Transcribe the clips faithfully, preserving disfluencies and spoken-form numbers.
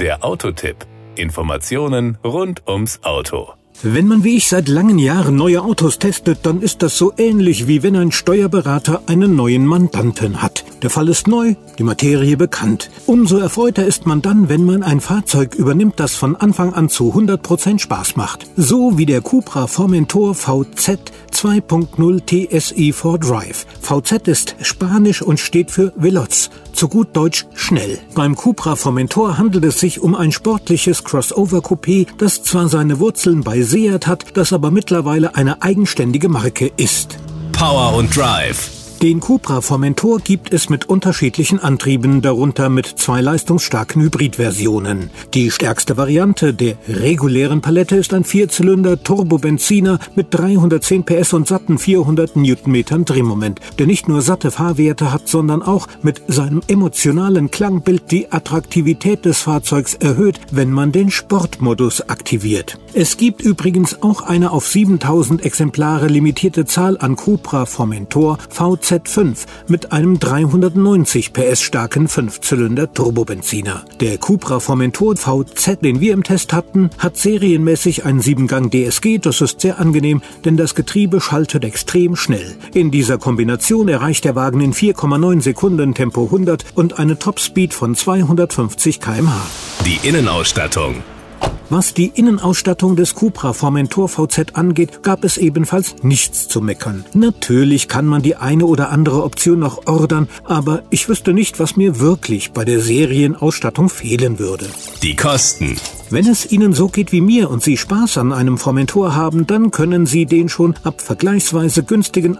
Der Autotipp. Informationen rund ums Auto. Wenn man wie ich seit langen Jahren neue Autos testet, dann ist das so ähnlich, wie wenn ein Steuerberater einen neuen Mandanten hat. Der Fall ist neu, die Materie bekannt. Umso erfreuter ist man dann, wenn man ein Fahrzeug übernimmt, das von Anfang an zu hundert Prozent Spaß macht. So wie der Cupra Formentor V Z zwei Punkt null T S I for Drive. V Z ist Spanisch und steht für Veloz, zu gut Deutsch schnell. Beim Cupra Formentor handelt es sich um ein sportliches Crossover-Coupé, das zwar seine Wurzeln bei Seat hat, das aber mittlerweile eine eigenständige Marke ist. Power und Drive. Den Cupra Formentor gibt es mit unterschiedlichen Antrieben, darunter mit zwei leistungsstarken Hybridversionen. Die stärkste Variante der regulären Palette ist ein Vierzylinder-Turbobenziner mit dreihundertzehn P S und satten vierhundert Newtonmetern Drehmoment, der nicht nur satte Fahrwerte hat, sondern auch mit seinem emotionalen Klangbild die Attraktivität des Fahrzeugs erhöht, wenn man den Sportmodus aktiviert. Es gibt übrigens auch eine auf siebentausend Exemplare limitierte Zahl an Cupra Formentor V Z fünf mit einem dreihundertneunzig P S starken Fünfzylinder-Turbobenziner. Der Cupra Formentor V Z, den wir im Test hatten, hat serienmäßig einen sieben Gang D S G, das ist sehr angenehm, denn das Getriebe schaltet extrem schnell. In dieser Kombination erreicht der Wagen in vier Komma neun Sekunden Tempo hundert und eine Topspeed von zweihundertfünfzig Kilometer pro Stunde. Die Innenausstattung. Was die Innenausstattung des Cupra Formentor V Z angeht, gab es ebenfalls nichts zu meckern. Natürlich kann man die eine oder andere Option noch ordern, aber ich wüsste nicht, was mir wirklich bei der Serienausstattung fehlen würde. Die Kosten. Wenn es Ihnen so geht wie mir und Sie Spaß an einem Formentor haben, dann können Sie den schon ab vergleichsweise günstigen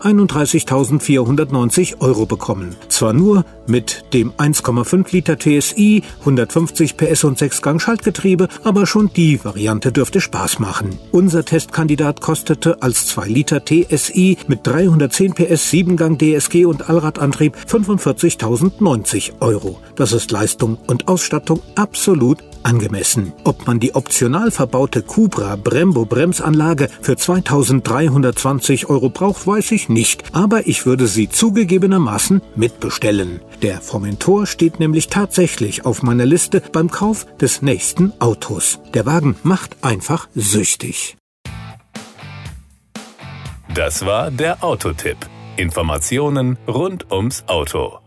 einunddreißigtausendvierhundertneunzig Euro bekommen. Zwar nur mit dem eins Komma fünf Liter T S I, hundertfünfzig P S und sechs Gang Schaltgetriebe, aber schon die Variante dürfte Spaß machen. Unser Testkandidat kostete als zwei Liter T S I mit dreihundertzehn P S, sieben Gang D S G und Allradantrieb fünfundvierzigtausendneunzig Euro. Das ist Leistung und Ausstattung absolut angemessen. Ob man die optional verbaute Cupra Brembo Bremsanlage für zweitausenddreihundertzwanzig Euro braucht, weiß ich nicht, aber ich würde sie zugegebenermaßen mitbestellen. Der Formentor steht nämlich tatsächlich auf meiner Liste beim Kauf des nächsten Autos. Der Wagen macht einfach süchtig. Das war der Autotipp. Informationen rund ums Auto.